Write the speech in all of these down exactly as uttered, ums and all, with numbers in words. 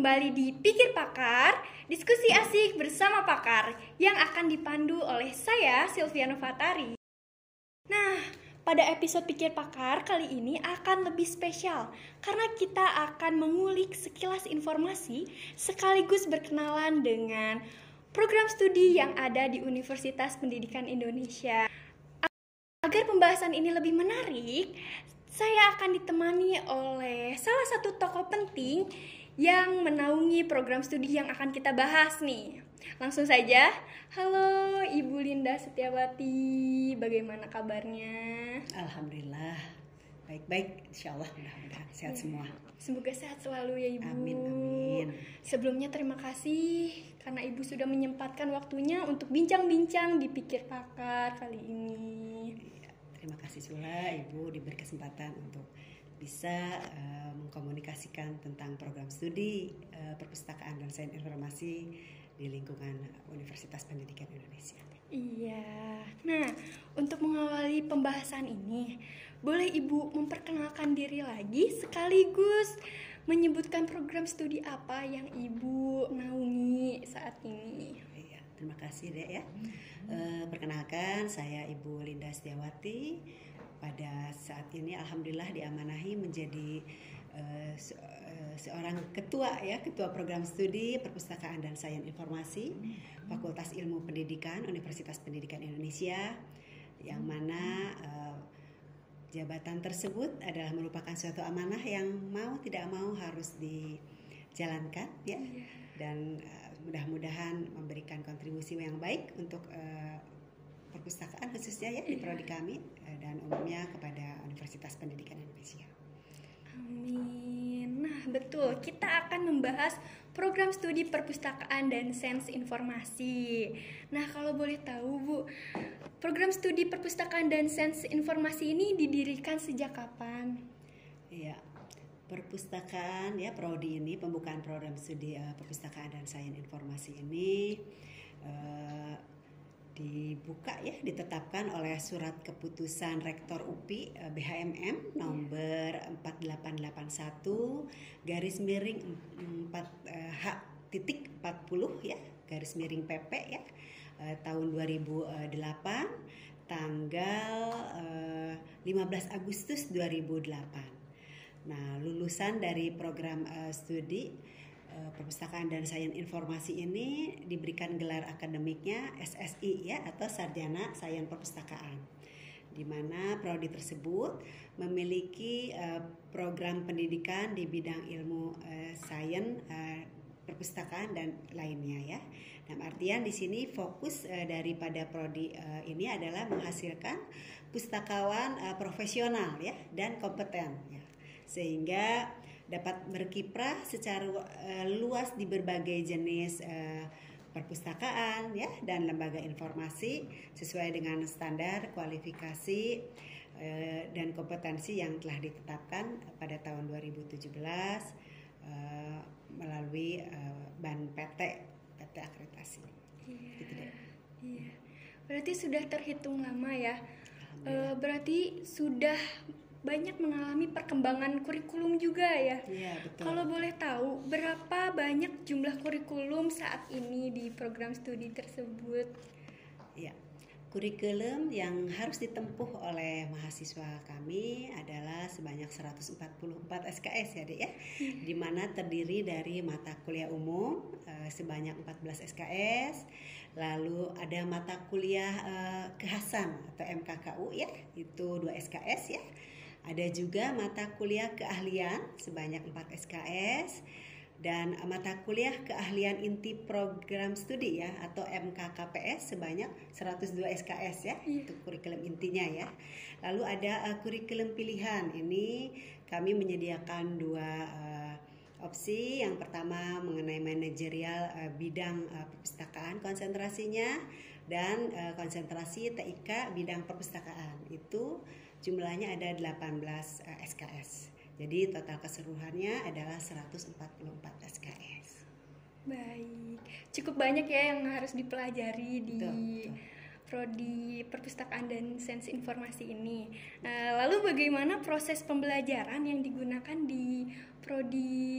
kembali di Pikir Pakar, diskusi asik bersama pakar yang akan dipandu oleh saya, Silviana Fatari. Nah, pada episode Pikir Pakar kali ini akan lebih spesial karena kita akan mengulik sekilas informasi sekaligus berkenalan dengan program studi yang ada di Universitas Pendidikan Indonesia. Agar pembahasan ini lebih menarik, saya akan ditemani oleh salah satu tokoh penting yang menaungi program studi yang akan kita bahas nih. Langsung saja, halo Ibu Linda Setiawati, bagaimana kabarnya? Alhamdulillah, baik-baik, insya Allah mudah-mudahan sehat ya, semua. Semoga sehat selalu ya Ibu. Amin, amin. Sebelumnya terima kasih karena Ibu sudah menyempatkan waktunya untuk bincang-bincang di Pikir Pakar kali ini. Ya, terima kasih Sula, Ibu diberi kesempatan untuk bisa uh, mengkomunikasikan tentang program studi uh, perpustakaan dan sains informasi di lingkungan Universitas Pendidikan Indonesia. Iya. Nah, untuk mengawali pembahasan ini, boleh Ibu memperkenalkan diri lagi sekaligus menyebutkan program studi apa yang Ibu naungi saat ini. Iya, terima kasih Dek ya. Uh, perkenalkan, saya Ibu Linda Setiawati. Pada saat ini alhamdulillah diamanahi menjadi uh, se- uh, seorang ketua ya, ketua program studi perpustakaan dan sains informasi Fakultas Ilmu Pendidikan Universitas Pendidikan Indonesia, yang mana uh, jabatan tersebut adalah merupakan suatu amanah yang mau tidak mau harus dijalankan ya, dan uh, mudah-mudahan memberikan kontribusi yang baik untuk uh, perpustakaan khususnya ya di prodi kami dan umumnya kepada Universitas Pendidikan Indonesia. Amin. Nah, betul. Kita akan membahas program studi perpustakaan dan sains informasi. Nah, kalau boleh tahu, Bu, program studi perpustakaan dan sains informasi ini didirikan sejak kapan? Iya. Perpustakaan ya, prodi ini, pembukaan program studi uh, perpustakaan dan sains informasi ini uh, dibuka ya, ditetapkan oleh surat keputusan Rektor U P I B H M M nomor empat delapan delapan satu garis miring empat H titik empat puluh ya, garis miring P P ya, eh, tahun dua ribu delapan, tanggal eh, lima belas Agustus dua ribu delapan. Nah, lulusan dari program eh, studi perpustakaan dan sains informasi ini diberikan gelar akademiknya S S I ya, atau Sarjana Sains Perpustakaan, di mana prodi tersebut memiliki uh, program pendidikan di bidang ilmu uh, sains uh, perpustakaan dan lainnya ya. Dalam artian di sini fokus uh, daripada prodi uh, ini adalah menghasilkan pustakawan uh, profesional ya dan kompeten ya, sehingga dapat berkiprah secara uh, luas di berbagai jenis uh, perpustakaan ya dan lembaga informasi sesuai dengan standar kualifikasi uh, dan kompetensi yang telah ditetapkan pada tahun dua ribu tujuh belas uh, melalui uh, B A N P T P T akreditasi. Iya. Gitu deh. Iya. Berarti sudah terhitung lama ya. Uh, berarti sudah banyak mengalami perkembangan kurikulum juga ya. Iya, betul. Kalau boleh tahu, berapa banyak jumlah kurikulum saat ini di program studi tersebut? Iya. Kurikulum yang harus ditempuh oleh mahasiswa kami adalah sebanyak seratus empat puluh empat S K S ya, Dek ya. Hmm. Di mana terdiri dari mata kuliah umum uh, sebanyak empat belas S K S. Lalu ada mata kuliah uh, kekhasan atau M K K U ya, itu dua S K S ya. Ada juga mata kuliah keahlian sebanyak empat S K S dan mata kuliah keahlian inti program studi ya, atau M K K P S sebanyak seratus dua S K S ya, itu kurikulum intinya ya. Lalu ada uh, kurikulum pilihan. Ini kami menyediakan dua uh, opsi. Yang pertama mengenai manajerial uh, bidang uh, perpustakaan konsentrasinya, dan uh, konsentrasi T I K bidang perpustakaan. Itu jumlahnya ada delapan belas uh, S K S. Jadi total keseluruhannya adalah seratus empat puluh empat S K S. Baik, cukup banyak ya yang harus dipelajari di betul, betul. Prodi Perpustakaan dan Sains Informasi ini. Nah, lalu bagaimana proses pembelajaran yang digunakan di Prodi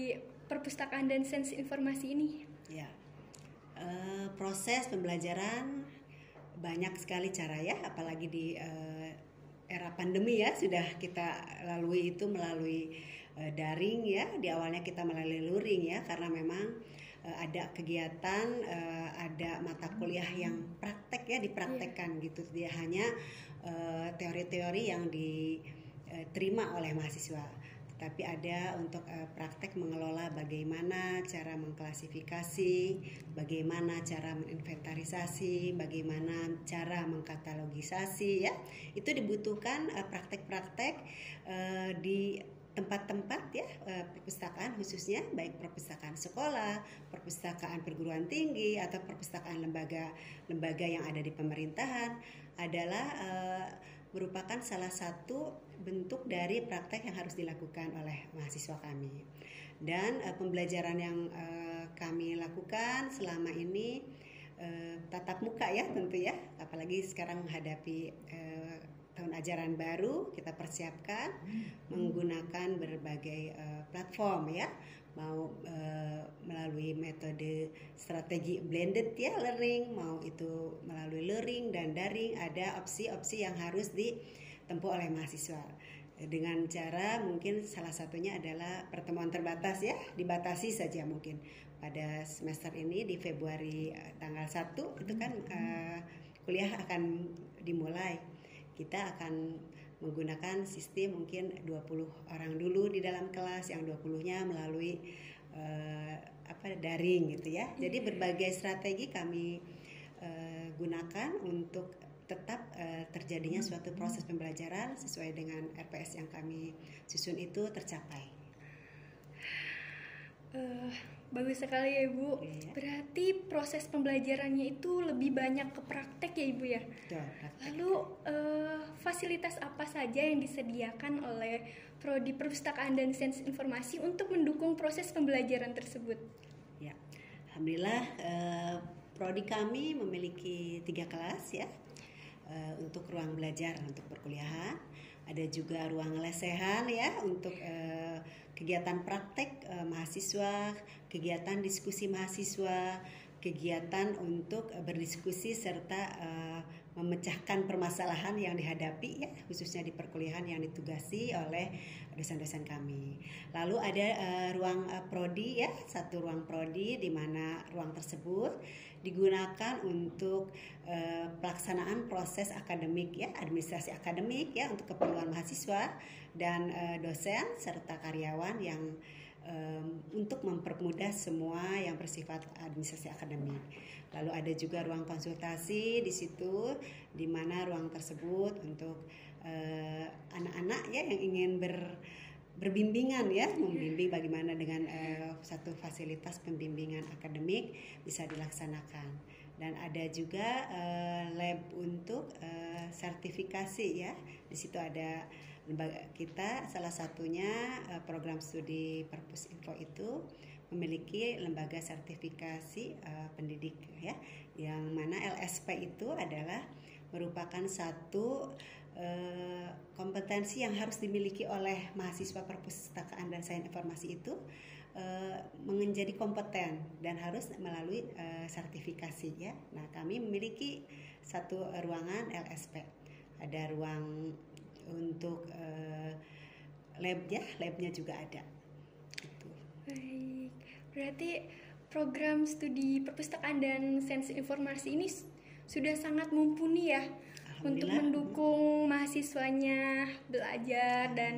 perpustakaan dan sains informasi ini? Ya, uh, proses pembelajaran banyak sekali cara ya, apalagi di uh, era pandemi ya, sudah kita lalui itu melalui uh, daring ya. Di awalnya kita melalui luring ya, karena memang uh, ada kegiatan, uh, ada mata kuliah yang praktek ya, dipraktekkan yeah. gitu. Dia hanya uh, teori-teori yang diterima oleh mahasiswa, tapi ada untuk uh, praktek mengelola bagaimana cara mengklasifikasi, bagaimana cara menginventarisasi, bagaimana cara mengkatalogisasi ya. Itu dibutuhkan uh, praktek-praktek uh, di tempat-tempat ya uh, perpustakaan, khususnya baik perpustakaan sekolah, perpustakaan perguruan tinggi atau perpustakaan lembaga-lembaga yang ada di pemerintahan adalah uh, merupakan salah satu bentuk dari praktek yang harus dilakukan oleh mahasiswa kami. Dan uh, pembelajaran yang uh, kami lakukan selama ini uh, tatap muka ya tentu ya, apalagi sekarang menghadapi uh, tahun ajaran baru, kita persiapkan hmm. menggunakan berbagai uh, platform ya, mau uh, melalui metode strategi blended ya learning, mau itu melalui luring dan daring. Ada opsi-opsi yang harus ditempuh oleh mahasiswa dengan cara mungkin salah satunya adalah pertemuan terbatas ya, dibatasi saja mungkin pada semester ini di Februari uh, tanggal satu itu kan uh, kuliah akan dimulai. Kita akan menggunakan sistem mungkin dua puluh orang dulu di dalam kelas, yang dua puluh-nya melalui uh, apa daring gitu ya. Jadi berbagai strategi kami uh, gunakan untuk tetap uh, terjadinya suatu proses pembelajaran sesuai dengan R P S yang kami susun itu tercapai. Uh, bagus sekali ya Ibu. Ya. Berarti proses pembelajarannya itu lebih banyak ke praktek ya Ibu ya. Betul, praktek. Lalu uh, fasilitas apa saja yang disediakan oleh Prodi Perpustakaan dan Sains Informasi untuk mendukung proses pembelajaran tersebut? Ya, alhamdulillah uh, Prodi kami memiliki tiga kelas ya uh, untuk ruang belajar untuk perkuliahan. Ada juga ruang lesehan ya untuk uh, kegiatan praktek uh, mahasiswa, kegiatan diskusi mahasiswa, kegiatan untuk uh, berdiskusi serta uh, memecahkan permasalahan yang dihadapi ya, khususnya di perkuliahan yang ditugasi oleh dosen-dosen kami. Lalu ada uh, ruang uh, prodi ya, satu ruang prodi di mana ruang tersebut digunakan untuk uh, pelaksanaan proses akademik ya, administrasi akademik ya untuk keperluan mahasiswa dan uh, dosen serta karyawan yang um, untuk mempermudah semua yang bersifat administrasi akademik. Lalu ada juga ruang konsultasi di situ, di mana ruang tersebut untuk uh, anak-anak ya yang ingin ber berbimbingan ya, membimbing bagaimana dengan uh, satu fasilitas pembimbingan akademik bisa dilaksanakan. Dan ada juga uh, lab untuk uh, sertifikasi ya. Di situ ada lembaga kita, salah satunya uh, program studi Perpus Info itu memiliki lembaga sertifikasi uh, pendidik ya, yang mana L S P itu adalah merupakan satu uh, kompetensi yang harus dimiliki oleh mahasiswa perpustakaan dan sains informasi itu uh, menjadi kompeten dan harus melalui uh, sertifikasi ya. Nah, kami memiliki satu ruangan L S P. Ada ruang untuk uh, labnya, labnya juga ada. Gitu. Baik, berarti program studi perpustakaan dan sains informasi ini sudah sangat mumpuni ya untuk mendukung mahasiswanya belajar dan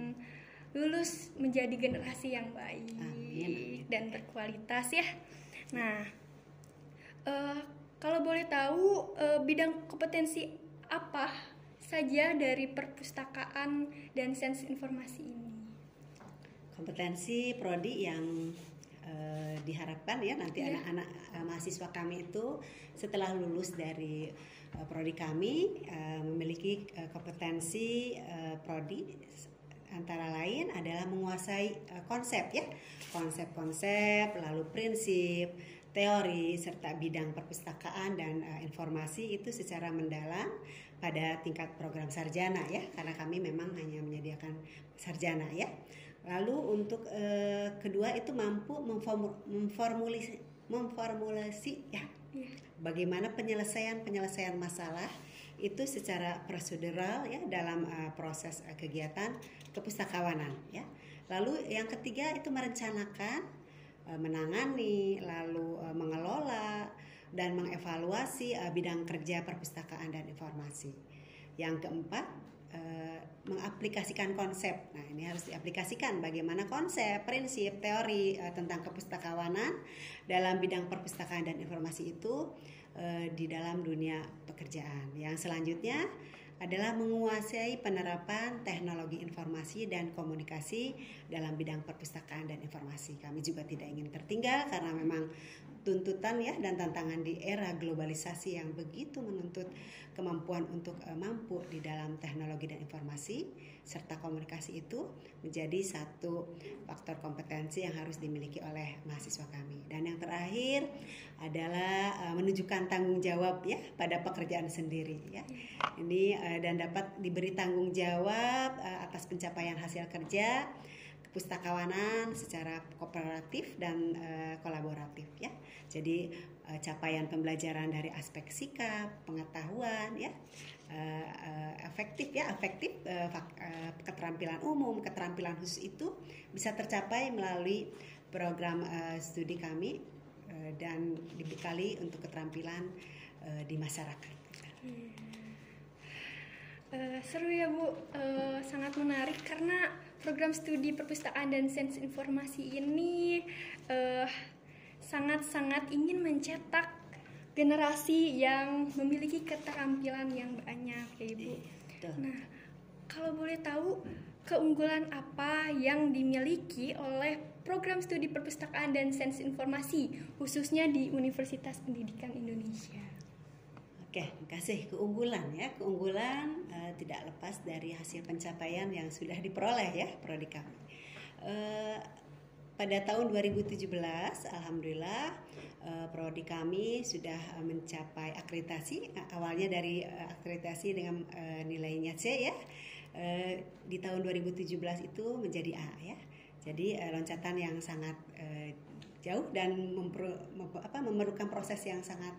lulus menjadi generasi yang baik Amin. Dan berkualitas ya. Nah, uh, kalau boleh tahu uh, bidang kompetensi apa saja dari perpustakaan dan sains informasi ini? Kompetensi prodi yang uh, diharapkan ya nanti yeah. anak-anak uh, mahasiswa kami itu setelah lulus dari uh, prodi kami uh, memiliki uh, kompetensi uh, prodi antara lain adalah menguasai uh, konsep ya, konsep-konsep, lalu prinsip, teori serta bidang perpustakaan dan uh, informasi itu secara mendalam pada tingkat program sarjana ya, karena kami memang hanya menyediakan sarjana ya. Lalu untuk uh, kedua itu mampu memformulasi, memformulasi ya, yeah. bagaimana penyelesaian penyelesaian masalah itu secara prosedural ya dalam uh, proses uh, kegiatan kepustakawanan ya. Lalu yang ketiga itu merencanakan, uh, menangani, lalu uh, mengelola dan mengevaluasi uh, bidang kerja perpustakaan dan informasi. Yang keempat, uh, mengaplikasikan konsep. Nah, ini harus diaplikasikan bagaimana konsep, prinsip, teori uh, tentang kepustakawanan dalam bidang perpustakaan dan informasi itu uh, di dalam dunia pekerjaan. Yang selanjutnya adalah menguasai penerapan teknologi informasi dan komunikasi dalam bidang perpustakaan dan informasi. Kami juga tidak ingin tertinggal karena memang tuntutan ya dan tantangan di era globalisasi yang begitu menuntut kemampuan untuk uh, mampu di dalam teknologi dan informasi serta komunikasi itu menjadi satu faktor kompetensi yang harus dimiliki oleh mahasiswa kami. Dan yang terakhir adalah uh, menunjukkan tanggung jawab ya pada pekerjaan sendiri ya. Ini uh, dan dapat diberi tanggung jawab uh, atas pencapaian hasil kerja pustakawanan secara kooperatif dan uh, kolaboratif ya. Jadi uh, capaian pembelajaran dari aspek sikap, pengetahuan ya, uh, uh, efektif ya, efektif uh, uh, keterampilan umum, keterampilan khusus itu bisa tercapai melalui program uh, studi kami uh, dan dibekali untuk keterampilan uh, di masyarakat. Hmm. Uh, seru ya Bu, uh, sangat menarik karena program studi perpustakaan dan sains informasi ini uh, sangat-sangat ingin mencetak generasi yang memiliki keterampilan yang banyak ya Ibu. Nah, kalau boleh tahu keunggulan apa yang dimiliki oleh program studi perpustakaan dan sains informasi khususnya di Universitas Pendidikan Indonesia? Oke, terima kasih. Keunggulan ya, keunggulan uh, tidak lepas dari hasil pencapaian yang sudah diperoleh ya prodi kami. Uh, pada tahun dua ribu tujuh belas, alhamdulillah uh, prodi kami sudah uh, mencapai akreditasi. Uh, awalnya dari uh, akreditasi dengan uh, nilainya C ya. Uh, di tahun dua ribu tujuh belas itu menjadi A ya. Jadi uh, loncatan yang sangat uh, jauh dan memper, memper, apa, memerlukan proses yang sangat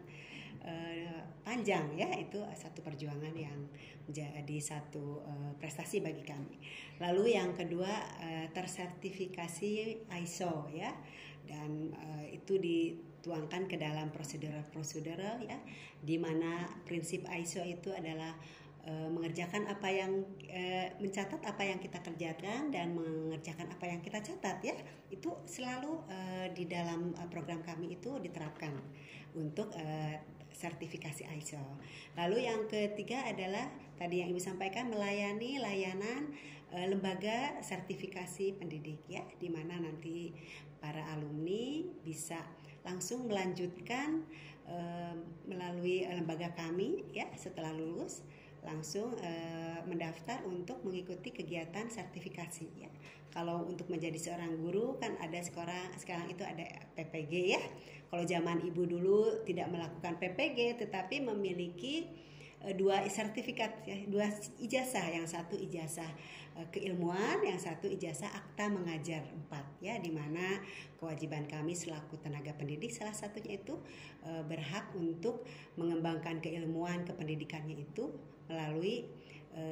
Uh, panjang ya, itu satu perjuangan yang menjadi satu uh, prestasi bagi kami. Lalu yang kedua uh, tersertifikasi I S O ya, dan uh, itu dituangkan ke dalam prosedural-prosedural ya, di mana prinsip I S O itu adalah uh, mengerjakan apa yang uh, mencatat apa yang kita kerjakan dan mengerjakan apa yang kita catat ya, itu selalu uh, di dalam uh, program kami itu diterapkan untuk uh, sertifikasi I S O. Lalu yang ketiga adalah tadi yang Ibu sampaikan, melayani layanan e, lembaga sertifikasi pendidik ya, di mana nanti para alumni bisa langsung melanjutkan e, melalui lembaga kami ya, setelah lulus langsung e, mendaftar untuk mengikuti kegiatan sertifikasi ya. Kalau untuk menjadi seorang guru kan ada sekarang sekarang itu ada P P G ya. Kalau zaman Ibu dulu tidak melakukan P P G tetapi memiliki e, dua sertifikat ya, dua ijazah, yang satu ijazah e, keilmuan, yang satu ijazah akta mengajar empat ya, di mana kewajiban kami selaku tenaga pendidik salah satunya itu e, berhak untuk mengembangkan keilmuan kependidikannya itu melalui e,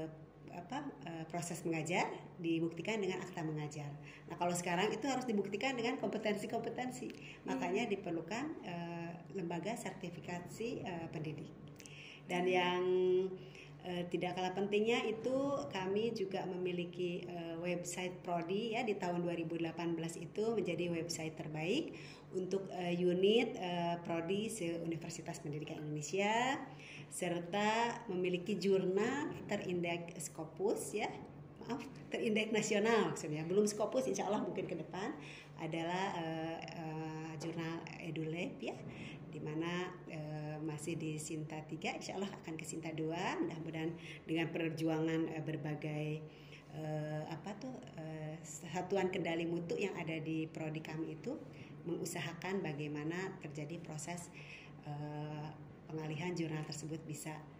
apa uh, proses mengajar dibuktikan dengan akta mengajar. Nah, kalau sekarang itu harus dibuktikan dengan kompetensi-kompetensi. Hmm. Makanya diperlukan uh, lembaga sertifikasi uh, pendidik. Dan yang uh, tidak kalah pentingnya itu kami juga memiliki uh, website prodi ya, di tahun dua ribu delapan belas itu menjadi website terbaik untuk uh, unit uh, prodi se-Universitas Pendidikan Indonesia, serta memiliki jurnal terindeks Scopus ya, maaf terindeks nasional maksudnya, belum Scopus, insya Allah mungkin ke depan adalah uh, uh, jurnal EduLab ya, di mana uh, masih di Sinta tiga, insya Allah akan ke Sinta dua, mudah-mudahan dengan perjuangan uh, berbagai uh, apa tuh uh, satuan kendali mutu yang ada di prodi kami itu mengusahakan bagaimana terjadi proses uh, pengalihan jurnal tersebut bisa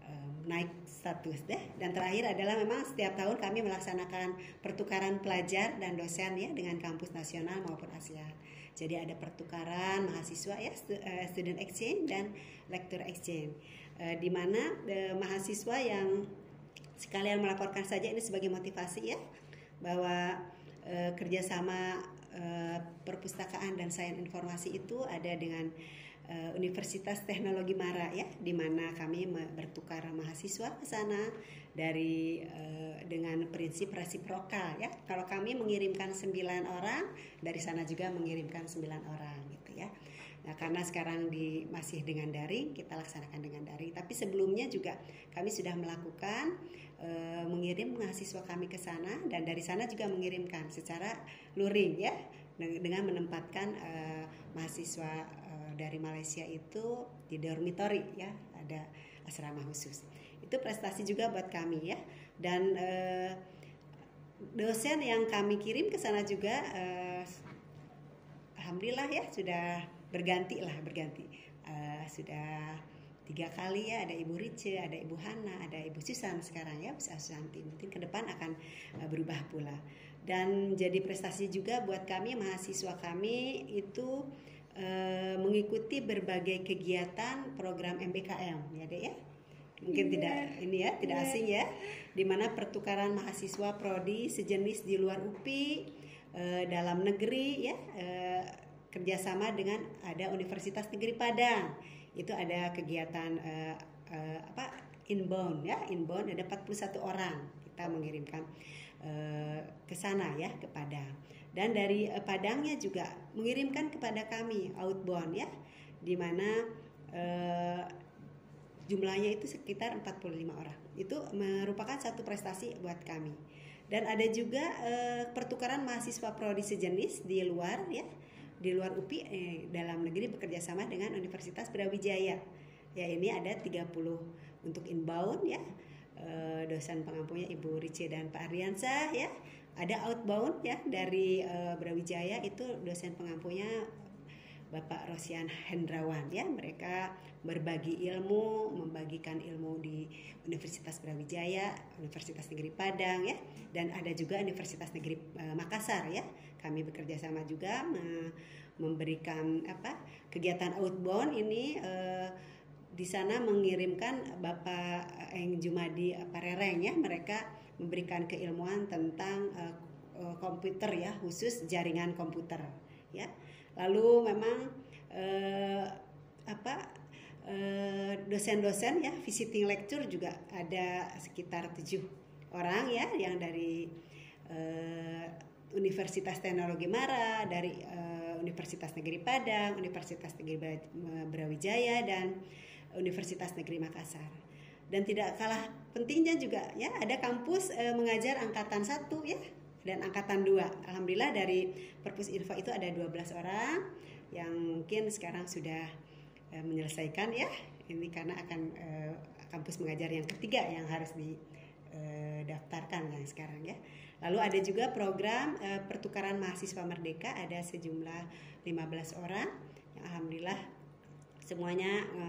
uh, naik status deh. Dan terakhir adalah memang setiap tahun kami melaksanakan pertukaran pelajar dan dosen ya dengan kampus nasional maupun ASEAN. Jadi ada pertukaran mahasiswa ya, student exchange dan lecturer exchange, uh, di mana uh, mahasiswa yang sekalian melaporkan saja ini sebagai motivasi ya, bahwa uh, kerjasama uh, perpustakaan dan sains informasi itu ada dengan uh, Universitas Teknologi Mara ya, di mana kami bertukar mahasiswa ke sana dari uh, dengan prinsip resiprokal ya. Kalau kami mengirimkan sembilan orang, dari sana juga mengirimkan sembilan orang gitu ya. Nah, karena sekarang di masih dengan daring, kita laksanakan dengan daring. Tapi sebelumnya juga kami sudah melakukan uh, mengirim mahasiswa kami ke sana, dan dari sana juga mengirimkan secara luring ya, dengan menempatkan uh, mahasiswa uh, dari Malaysia itu di dormitory ya, ada asrama khusus. Itu prestasi juga buat kami ya. Dan uh, dosen yang kami kirim ke sana juga uh, alhamdulillah ya sudah berganti lah berganti uh, sudah tiga kali ya, ada Ibu Rice, ada Ibu Hana, ada Ibu Susan sekarang ya, Bu Susanti. Mungkin ke depan akan uh, berubah pula. Dan jadi prestasi juga buat kami, mahasiswa kami itu uh, mengikuti berbagai kegiatan program M B K M ya deh ya. Mungkin yeah. tidak ini ya, tidak yeah. asing ya, di mana pertukaran mahasiswa prodi sejenis di luar U P I, uh, dalam negeri ya, uh, kerjasama dengan ada Universitas Negeri Padang. Itu ada kegiatan uh, uh, apa inbound ya, inbound ada empat puluh satu orang kita mengirimkan uh, ke sana ya, ke Padang. Dan dari uh, Padangnya juga mengirimkan kepada kami outbound ya, di mana uh, jumlahnya itu sekitar empat puluh lima orang. Itu merupakan satu prestasi buat kami. Dan ada juga uh, pertukaran mahasiswa prodi sejenis di luar ya, di luar U P I eh, dalam negeri bekerja sama dengan Universitas Brawijaya. Ya, ini ada tiga puluh untuk inbound ya. E, dosen pengampunya Ibu Rice dan Pak Ardiansah ya. Ada outbound ya dari e, Brawijaya, itu dosen pengampunya Bapak Rosian Hendrawan ya. Mereka berbagi ilmu, membagikan ilmu di Universitas Brawijaya, Universitas Negeri Padang ya, dan ada juga Universitas Negeri e, Makassar ya. Kami bekerja sama juga me- memberikan apa kegiatan outbound ini e, di sana mengirimkan Bapak Eng Jumadi Parereng ya. Mereka memberikan keilmuan tentang e, e, komputer ya, khusus jaringan komputer ya. Lalu memang e, apa e, dosen-dosen ya, visiting lecture juga ada sekitar tujuh orang ya, yang dari e, Universitas Teknologi Mara, dari uh, Universitas Negeri Padang, Universitas Negeri Brawijaya, dan Universitas Negeri Makassar. Dan tidak kalah pentingnya juga ya, ada kampus uh, mengajar angkatan satu ya, dan angkatan dua. Alhamdulillah dari Perpus Info itu ada dua belas orang yang mungkin sekarang sudah uh, menyelesaikan ya. Ini karena akan uh, kampus mengajar yang ketiga yang harus didaftarkan yang sekarang ya. Lalu ada juga program e, pertukaran mahasiswa merdeka, ada sejumlah lima belas orang yang alhamdulillah semuanya e,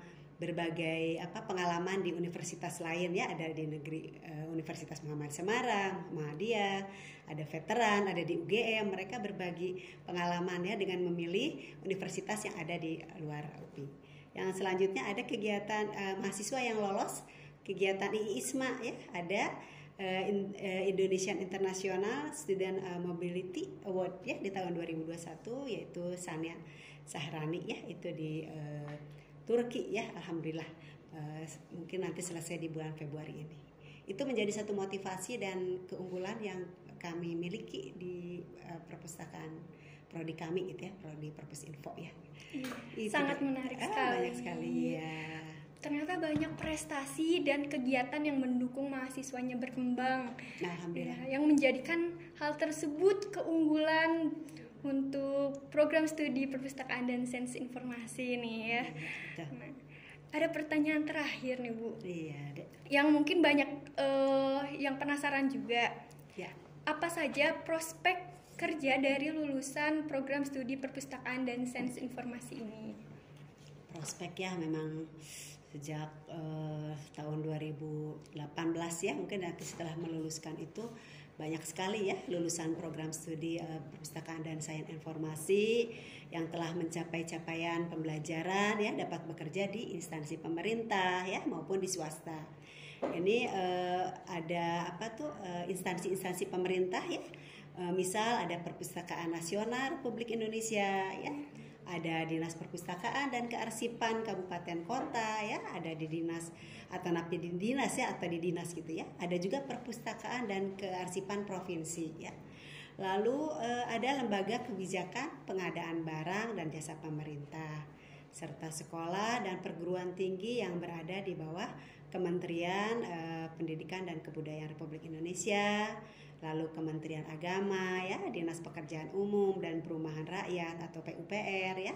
berbagai apa pengalaman di universitas lain ya, ada di negeri e, Universitas Muhammad Semarang, Muhammadiyah, ada veteran, ada di U G M. Mereka berbagi pengalaman ya dengan memilih universitas yang ada di luar U P I. Yang selanjutnya ada kegiatan e, mahasiswa yang lolos kegiatan I I S M A ya, ada uh, in, uh, Indonesian International Student uh, Mobility Award ya di tahun dua ribu dua puluh satu, yaitu Sania Sahrani ya, itu di uh, Turki ya, alhamdulillah uh, mungkin nanti selesai di bulan Februari ini. Itu menjadi satu motivasi dan keunggulan yang kami miliki di uh, perpustakaan prodi kami gitu ya, prodi Perpus Info ya. Itu sangat menarik ah, sekali. Banyak sekali ya. Ternyata banyak prestasi dan kegiatan yang mendukung mahasiswanya berkembang. Alhamdulillah. Ya, yang menjadikan hal tersebut keunggulan untuk program studi perpustakaan dan sains informasi nih ya. Ya, nah, ada pertanyaan terakhir nih Bu. Iya. Yang mungkin banyak uh, yang penasaran juga. Ya. Apa saja prospek kerja dari lulusan program studi perpustakaan dan sains informasi ini? Prospek ya memang sejak uh, tahun dua ribu delapan belas ya, mungkin nanti setelah meluluskan itu banyak sekali ya lulusan program studi uh, perpustakaan dan sains informasi yang telah mencapai capaian pembelajaran ya, dapat bekerja di instansi pemerintah ya maupun di swasta. Ini uh, ada apa tuh uh, instansi-instansi pemerintah ya, uh, misal ada Perpustakaan Nasional Republik Indonesia ya, ada Dinas Perpustakaan dan Kearsipan Kabupaten Kota ya, ada di dinas atau napi di dinas ya atau di dinas gitu ya. Ada juga Perpustakaan dan Kearsipan Provinsi ya. Lalu eh, ada lembaga kebijakan pengadaan barang dan jasa pemerintah serta sekolah dan perguruan tinggi yang berada di bawah Kementerian eh, Pendidikan dan Kebudayaan Republik Indonesia. Lalu Kementerian Agama ya, Dinas Pekerjaan Umum dan Perumahan Rakyat atau P U P R ya.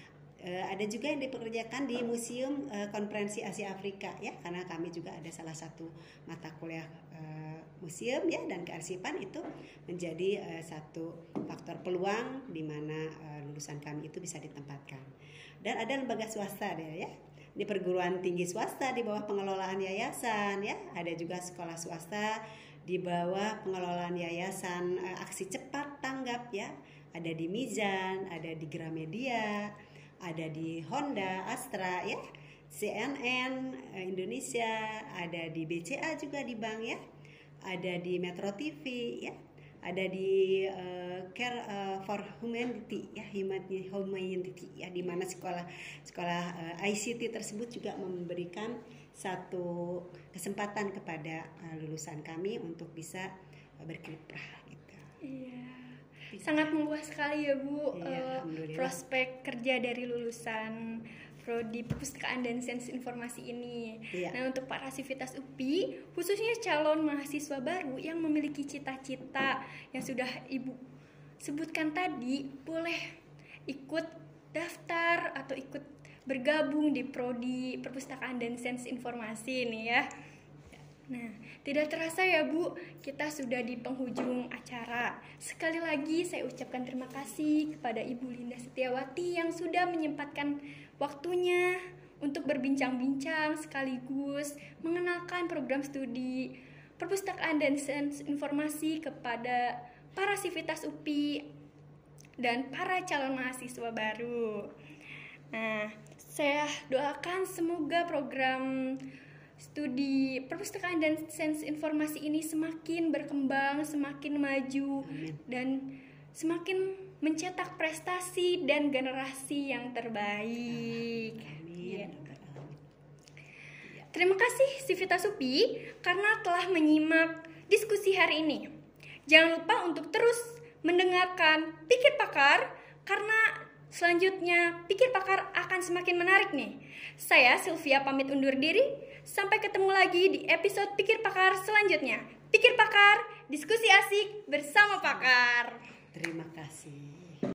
E, ada juga yang dipekerjakan di Museum e, Konferensi Asia Afrika ya, karena kami juga ada salah satu mata kuliah e, museum ya, dan kearsipan itu menjadi e, satu faktor peluang di mana e, lulusan kami itu bisa ditempatkan. Dan ada lembaga swasta deh ya. Di perguruan tinggi swasta di bawah pengelolaan yayasan ya, ada juga sekolah swasta di bawah pengelolaan yayasan e, Aksi Cepat Tanggap ya, ada di Mizan, ada di Gramedia, ada di Honda, Astra ya, C N N e, Indonesia, ada di B C A juga di bank ya, ada di Metro T V ya, ada di uh, Care uh, for Humanity ya, Humanity ya, di mana sekolah sekolah uh, I C T tersebut juga memberikan satu kesempatan kepada uh, lulusan kami untuk bisa uh, berkiprah gitu. Iya. Sangat meluas sekali ya Bu, iya, uh, prospek kerja dari lulusan Prodi Perpustakaan dan Sains Informasi ini. Iya. Nah, untuk para sivitas U P I, khususnya calon mahasiswa baru yang memiliki cita-cita yang sudah Ibu sebutkan tadi, boleh ikut daftar atau ikut bergabung di Prodi Perpustakaan dan Sains Informasi ini ya. Nah, tidak terasa ya Bu, kita sudah di penghujung acara. Sekali lagi saya ucapkan terima kasih kepada Ibu Linda Setiawati yang sudah menyempatkan waktunya untuk berbincang-bincang sekaligus mengenalkan program studi Perpustakaan dan Sains Informasi kepada para sivitas U P I dan para calon mahasiswa baru. Nah, saya doakan semoga program studi Perpustakaan dan Sains Informasi ini semakin berkembang, semakin maju, Amin. Dan semakin mencetak prestasi dan generasi yang terbaik. Amin. Ya. Terima kasih Sivitas U P I karena telah menyimak diskusi hari ini. Jangan lupa untuk terus mendengarkan Pikir Pakar karena selanjutnya Pikir Pakar akan semakin menarik nih. Saya Sylvia pamit undur diri. Sampai ketemu lagi di episode Pikir Pakar selanjutnya. Pikir Pakar, diskusi asik bersama pakar. Terima kasih.